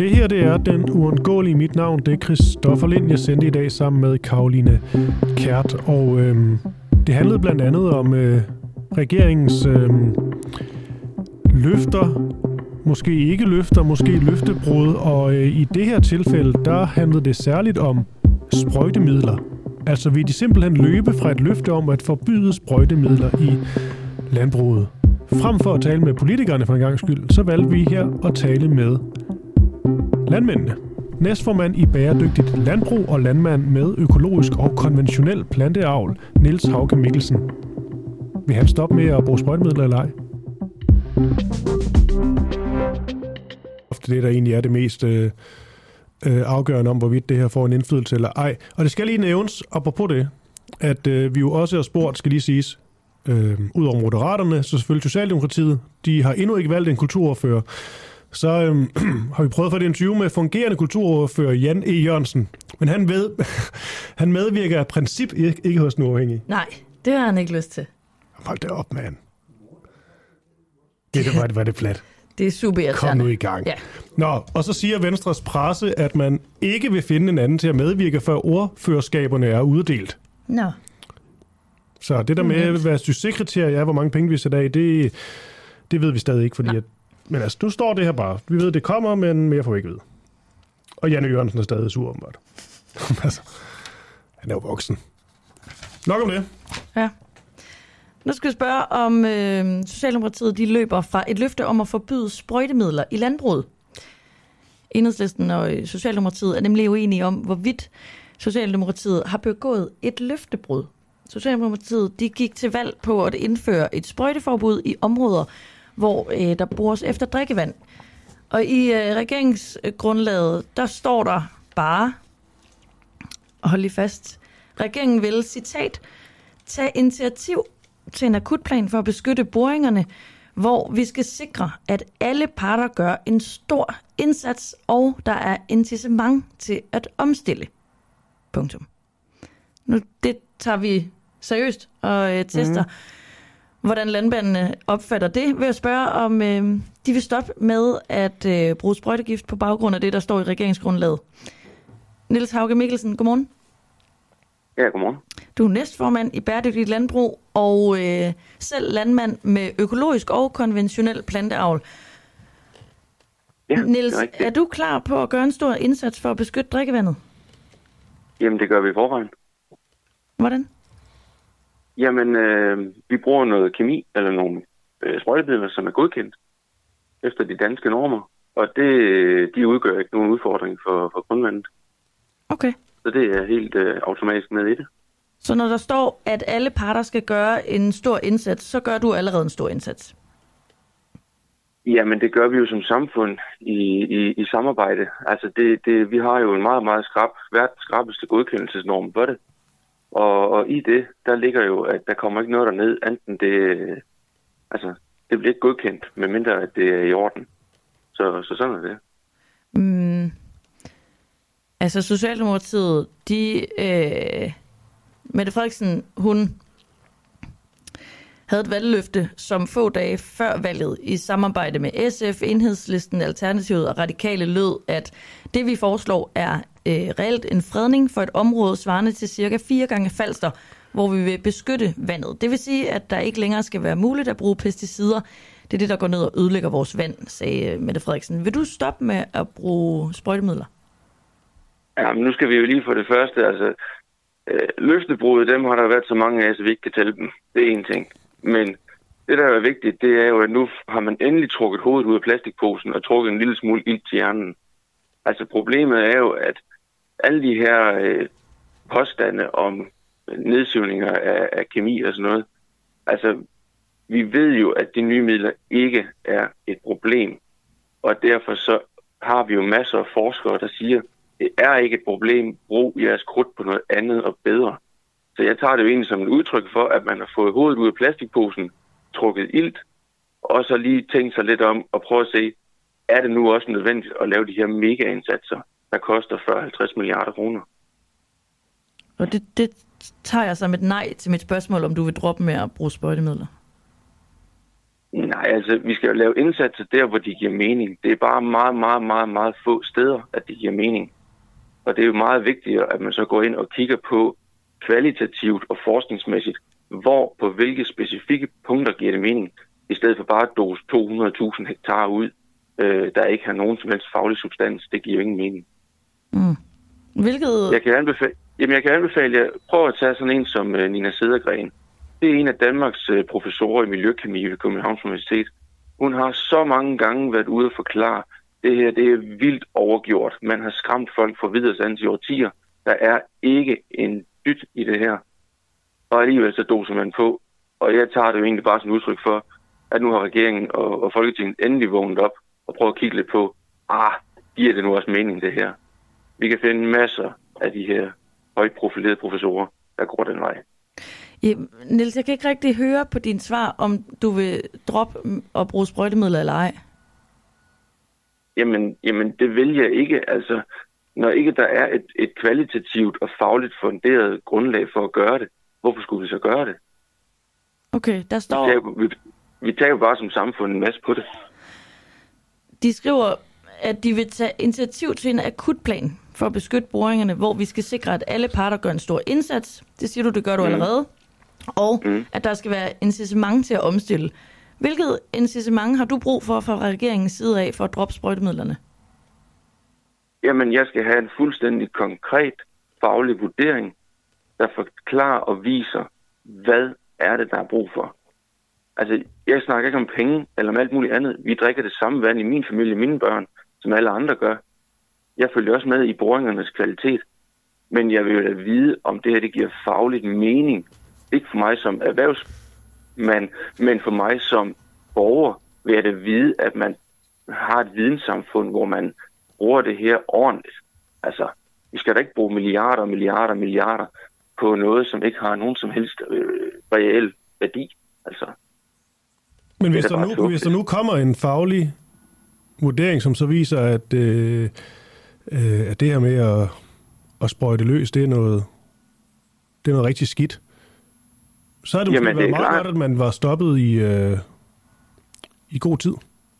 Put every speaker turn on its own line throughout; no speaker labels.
Det her, det er Den Uundgåelige. Mit navn, det er Christoffer Lind. Jeg sendte i dag sammen med Caroline Kjært, og det handlede blandt andet om regeringens løfter, måske ikke løfter, måske løftebrud, og i det her tilfælde, der handlede det særligt om sprøjtemidler. Altså vil de simpelthen løbe fra et løfte om at forbyde sprøjtemidler i landbruget. Frem for at tale med politikerne for en gangs skyld, så valgte vi her at tale med landmændene. Næstformand i Bæredygtigt Landbrug og landmand med økologisk og konventionel planteavl, Niels Hauge Mikkelsen. Vil han stoppe med at bruge sprøjtemidler eller ej? Det der egentlig er det mest afgørende om, hvorvidt det her får en indflydelse eller ej. Og det skal lige nævnes, apropos det, at vi jo også har spurgt, skal lige siges, ud over Moderaterne, så selvfølgelig Socialdemokratiet, de har endnu ikke valgt en kulturordfører. Så har vi prøvet at få et interview med fungerende kulturordfører Jan E. Jørgensen. Men han medvirker af princip ikke hos den uafhængige.
Nej, det har han ikke lyst til.
Hold det op, mand. Var det plat.
Det er super irriterende.
Kom nu i gang.
Ja.
Nå, og så siger Venstres presse, at man ikke vil finde en anden til at medvirke, før ordførerskaberne er uddelt.
Nå.
Så det der med, hvad succeskriterie er, hvor mange penge vi sætter af, det ved vi stadig ikke, fordi men altså, nu står det her bare. Vi ved, det kommer, men mere får vi ikke vide. Og Jan E. Jørgensen er stadig sur, åbenbart. Altså, han er jo voksen. Nok om det.
Ja. Nu skal jeg spørge, om Socialdemokratiet de løber fra et løfte om at forbyde sprøjtemidler i landbruget. Enhedslisten og Socialdemokratiet er nemlig uenige om, hvorvidt Socialdemokratiet har begået et løftebrud. Socialdemokratiet de gik til valg på at indføre et sprøjteforbud i områder, hvor der bores efter drikkevand. Og i regeringsgrundlaget, der står der bare, hold lige fast, regeringen vil, citat, tage initiativ til en akutplan for at beskytte boringerne, hvor vi skal sikre, at alle parter gør en stor indsats, og der er incitament til at omstille. Punktum. Nu, det tager vi seriøst og tester, hvordan landmændene opfatter det. Vil jeg spørge, om de vil stoppe med at bruge sprøjtegift på baggrund af det, der står i regeringsgrundlaget. Niels Hauge Mikkelsen, godmorgen.
Ja, godmorgen.
Du er næstformand i Bæredygtigt Landbrug og selv landmand med økologisk og konventionel planteavl.
Ja,
Niels, er du klar på at gøre en stor indsats for at beskytte drikkevandet?
Jamen, det gør vi i forvejen.
Hvordan?
Jamen, vi bruger noget kemi, eller nogle sprøjtemidler, som er godkendt efter de danske normer. Og de udgør ikke nogen udfordring for grundvandet.
Okay.
Så det er helt automatisk med i det.
Så når der står, at alle parter skal gøre en stor indsats, så gør du allerede en stor indsats?
Jamen, det gør vi jo som samfund i samarbejde. Altså, vi har jo en meget, meget verdens skrappeste godkendelsesnorm for det. Og i det, der ligger jo, at der kommer ikke noget derned, enten det bliver ikke godkendt, medmindre at det er i orden. Så sådan er det.
Altså Socialdemokratiet, Mette Frederiksen, hun havde et valgløfte, som få dage før valget i samarbejde med SF, Enhedslisten, Alternativet og Radikale lød, at det vi foreslår er reelt en fredning for et område svarende til cirka 4 gange Falster, hvor vi vil beskytte vandet. Det vil sige, at der ikke længere skal være muligt at bruge pesticider. Det er det, der går ned og ødelægger vores vand, sagde Mette Frederiksen. Vil du stoppe med at bruge sprøjtemidler?
Ja, men nu skal vi jo lige for det første, altså løftebrud, dem har der været så mange af, så vi ikke kan tælle dem. Det er en ting. Men det, der er vigtigt, det er jo, at nu har man endelig trukket hovedet ud af plastikposen og trukket en lille smule ild til hjernen. Altså problemet er jo, at alle de her påstande om nedsivninger af kemi og sådan noget, altså vi ved jo, at de nye midler ikke er et problem. Og derfor så har vi jo masser af forskere, der siger, det er ikke et problem, brug jeres krudt på noget andet og bedre. Så jeg tager det jo egentlig som et udtryk for, at man har fået hovedet ud af plastikposen, trukket ilt, og så lige tænkt sig lidt om og prøve at se, er det nu også nødvendigt at lave de her mega-indsatser, der koster 40-50 milliarder kroner.
Og det tager jeg som et nej til mit spørgsmål, om du vil droppe med at bruge sprøjtemidler.
Nej, altså, vi skal jo lave indsatser der, hvor de giver mening. Det er bare meget, meget, meget, meget få steder, at det giver mening. Og det er jo meget vigtigt, at man så går ind og kigger på kvalitativt og forskningsmæssigt, hvor på hvilke specifikke punkter giver det mening, i stedet for bare at dose 200.000 hektar ud, der ikke har nogen som helst faglig substans. Det giver jo ingen mening.
Mm. Hvilket...
Jeg kan anbefale jer, prøv at tage sådan en som Nina Cedergren. Det er en af Danmarks professorer i miljøkemi ved Københavns Universitet. Hun har så mange gange været ude og forklare, det her det er vildt overgjort. Man har skræmt folk for videresands i årtier. Der er ikke en dyt i det her. Og alligevel så doser man på. Og jeg tager det jo egentlig bare som udtryk for, at nu har regeringen og Folketinget endelig vågnet op og prøvet at kigge lidt på, giver det nu også mening det her? Vi kan finde masser af de her højt profilerede professorer, der går den vej.
Niels, jeg kan ikke rigtig høre på din svar, om du vil droppe at bruge sprøjtemidler eller ej.
Jamen, det vil jeg ikke. Altså, når ikke der er et kvalitativt og fagligt funderet grundlag for at gøre det, hvorfor skulle vi så gøre det?
Okay, der står...
Vi tager jo bare som samfund en masse på det.
De skriver, at de vil tage initiativ til en akutplan for at beskytte boringerne, hvor vi skal sikre, at alle parter gør en stor indsats. Det siger du, det gør du allerede. Og at der skal være incitament til at omstille. Hvilket incitament har du brug for fra regeringens side af for at droppe sprøjtemidlerne?
Jamen, jeg skal have en fuldstændig konkret faglig vurdering, der forklarer og viser, hvad er det, der er brug for. Altså, jeg snakker ikke om penge eller om alt muligt andet. Vi drikker det samme vand i min familie, mine børn, som alle andre gør. Jeg følger også med i boringernes kvalitet. Men jeg vil jo da vide, om det her det giver fagligt mening. Ikke for mig som erhvervsmand, men for mig som borger vil jeg da vide, at man har et videnssamfund, hvor man bruger det her ordentligt. Altså, vi skal da ikke bruge milliarder og milliarder og milliarder på noget, som ikke har nogen som helst reel værdi. Altså,
men hvis der nu kommer en faglig vurdering, som så viser, at det her med at sprøjte løs, det er noget rigtig skidt, så er det måske været meget godt, at man var stoppet i god tid.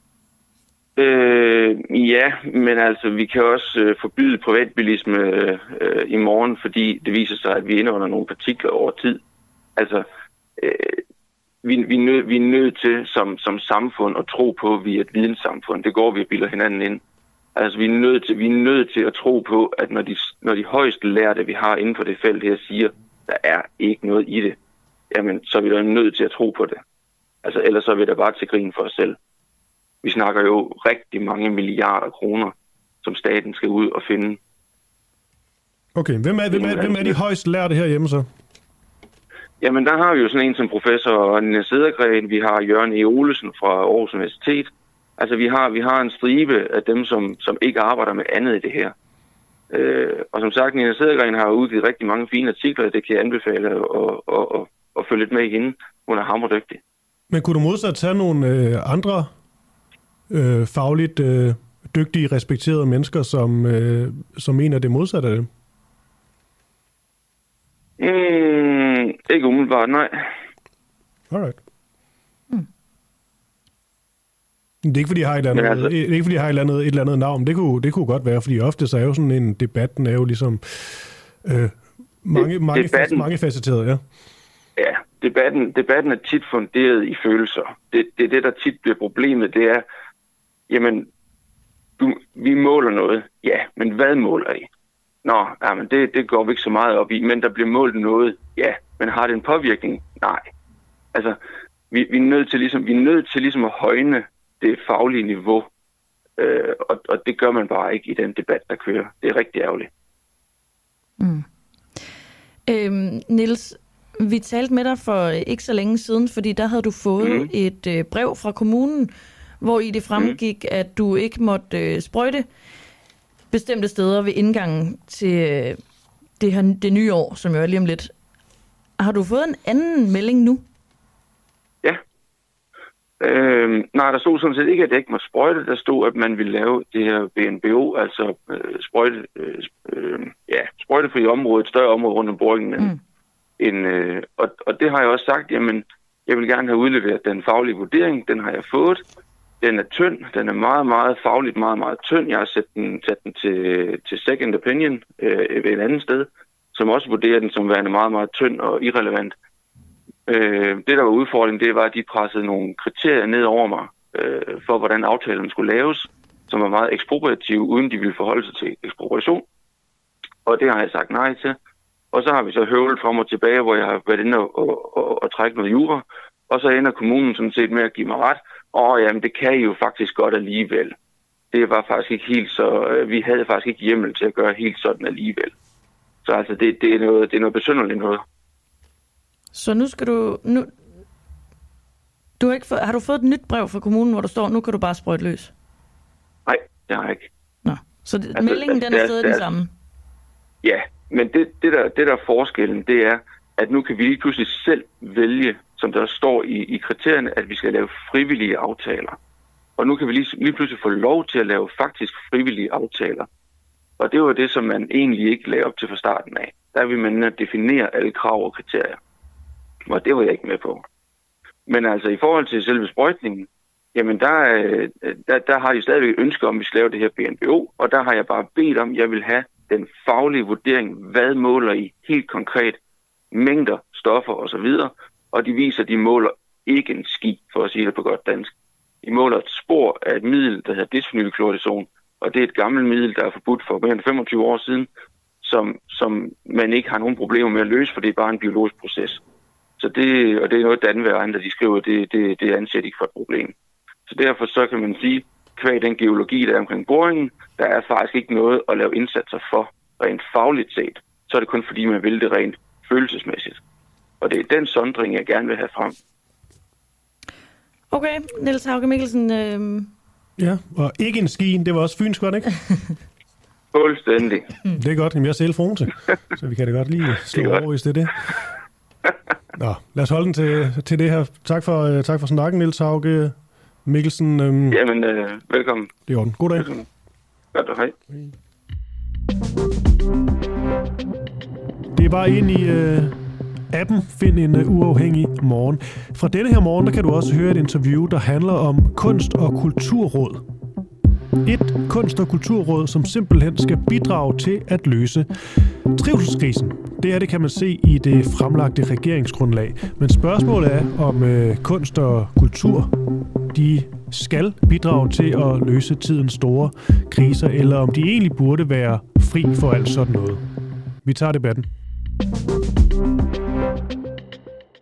Ja, men altså, vi kan også forbyde privatbilisme i morgen, fordi det viser sig, at vi indånder nogle partikler over tid. Altså, vi er nødt til som samfund at tro på, at vi er et videnssamfund. Det går vi og bilder hinanden ind. Altså, vi er nødt til at tro på, at når de højeste lærte, vi har inden for det felt her, siger, der er ikke noget i det, jamen, så er vi da nødt til at tro på det. Altså, ellers så er vi da bare til grin for os selv. Vi snakker jo rigtig mange milliarder kroner, som staten skal ud og finde.
Okay, hvem er de højst lærte herhjemme så?
Jamen, der har vi jo sådan en som professor Nina Cedergren, vi har Jørgen E. Olesen fra Aarhus Universitet. Altså, vi har en stribe af dem, som ikke arbejder med andet i det her. Og som sagt, Nina Cedergren har udgivet rigtig mange fine artikler, det kan jeg anbefale at følge lidt med i hende. Hun er hammerdygtig.
Men kunne du modsat tage nogle andre fagligt dygtige, respekterede mennesker, som mener det modsatte af det?
Ikke umiddelbart, nej.
Alright. Det er ikke, fordi jeg har et eller andet navn. Det kunne godt være, fordi ofte så er jo sådan en debat, den er jo ligesom mange facetteret, ja.
Ja, debatten er tit funderet i følelser. Det, der tit bliver problemet, det er, jamen, vi måler noget. Ja, men hvad måler I? Nå, men det går vi ikke så meget op i, men der bliver målt noget. Ja, men har det en påvirkning? Nej. Altså, vi er nødt til ligesom at højne det faglige niveau, og det gør man bare ikke i den debat, der kører. Det er rigtig ærgerligt.
Niels, vi talte med dig for ikke så længe siden, fordi der havde du fået et brev fra kommunen, hvor i det fremgik, at du ikke måtte sprøjte bestemte steder ved indgangen til det nye år, som jo er lige om lidt. Har du fået en anden melding nu?
Ja. Nej, der stod sådan set ikke, at jeg ikke måtte sprøjte. Der stod, at man ville lave det her BNBO, altså sprøjtefri område, et større område rundt om boringen. Og det har jeg også sagt, jamen, Jeg vil gerne have udleveret den faglige vurdering. Den har jeg fået. Den er tynd. Den er meget, meget fagligt meget, meget tynd. Jeg har sat den til second opinion ved et andet sted, som også vurderer den som værende meget, meget tynd og irrelevant. Det, der var udfordringen, det var, at de pressede nogle kriterier ned over mig for, hvordan aftalen skulle laves, som var meget ekspropriative, uden de ville forholde sig til ekspropriation. Og det har jeg sagt nej til. Og så har vi så høvlet frem og tilbage, hvor jeg har været inde og trække noget jura. Og så ender kommunen sådan set med at give mig ret. Jamen, det kan I jo faktisk godt alligevel. Det var faktisk ikke helt så... Vi havde faktisk ikke hjemmel til at gøre helt sådan alligevel. Så altså, det er noget besynderligt noget.
Så nu skal du... Har du fået et nyt brev fra kommunen, hvor der står, nu kan du bare sprøjte løs?
Nej, det har jeg ikke.
Nå, så meldingen den er stadig den samme?
Ja, men det der er forskellen, det er, at nu kan vi lige pludselig selv vælge, som der står i kriterierne, at vi skal lave frivillige aftaler. Og nu kan vi lige pludselig få lov til at lave faktisk frivillige aftaler. Og det var det, som man egentlig ikke lagde op til fra starten af. Der vil man definere alle krav og kriterier. Og det var jeg ikke med på. Men altså i forhold til selve sprøjtningen, jamen der har de stadigvæk ønske om, at vi skal lave det her BNBO. Og der har jeg bare bedt om, at jeg vil have den faglige vurdering, hvad måler I helt konkret, mængder, stoffer osv. Og de viser, at de måler ikke en ski, for at sige det på godt dansk. De måler et spor af et middel, der hedder diphenylchloridazon, og det er et gammelt middel, der er forbudt for mere end 25 år siden, som man ikke har nogen problemer med at løse, for det er bare en biologisk proces. Så det er noget, danværende, der de skriver, det anser de ikke for et problem. Så derfor så kan man sige, kvæg den geologi, der er omkring boringen, der er faktisk ikke noget at lave indsatser for rent fagligt set. Så er det kun fordi, man vil det rent følelsesmæssigt. Og det er den sondring, jeg gerne vil have frem.
Okay, Niels Hauge Mikkelsen.
Ja, og ikke en skien, det var også fynsk, var det ikke?
Fuldstændig.
Det er godt, jeg er selv Fronse, så vi kan da godt lige slå over, hvis det er det. Nå, lad os holde den til det her. Tak for snakken, Niels Hauge Mikkelsen.
Jamen, velkommen.
Det er orden. God dag.
Velkommen. Godt, hej.
Det er bare ind i appen Find en uafhængig morgen. Fra denne her morgen, der kan du også høre et interview, der handler om kunst- og kulturråd. Et kunst- og kulturråd, som simpelthen skal bidrage til at løse trivselskrisen. Det her, det kan man se i det fremlagte regeringsgrundlag. Men spørgsmålet er, om kunst og kultur, de skal bidrage til at løse tidens store kriser, eller om de egentlig burde være fri for alt sådan noget. Vi tager debatten.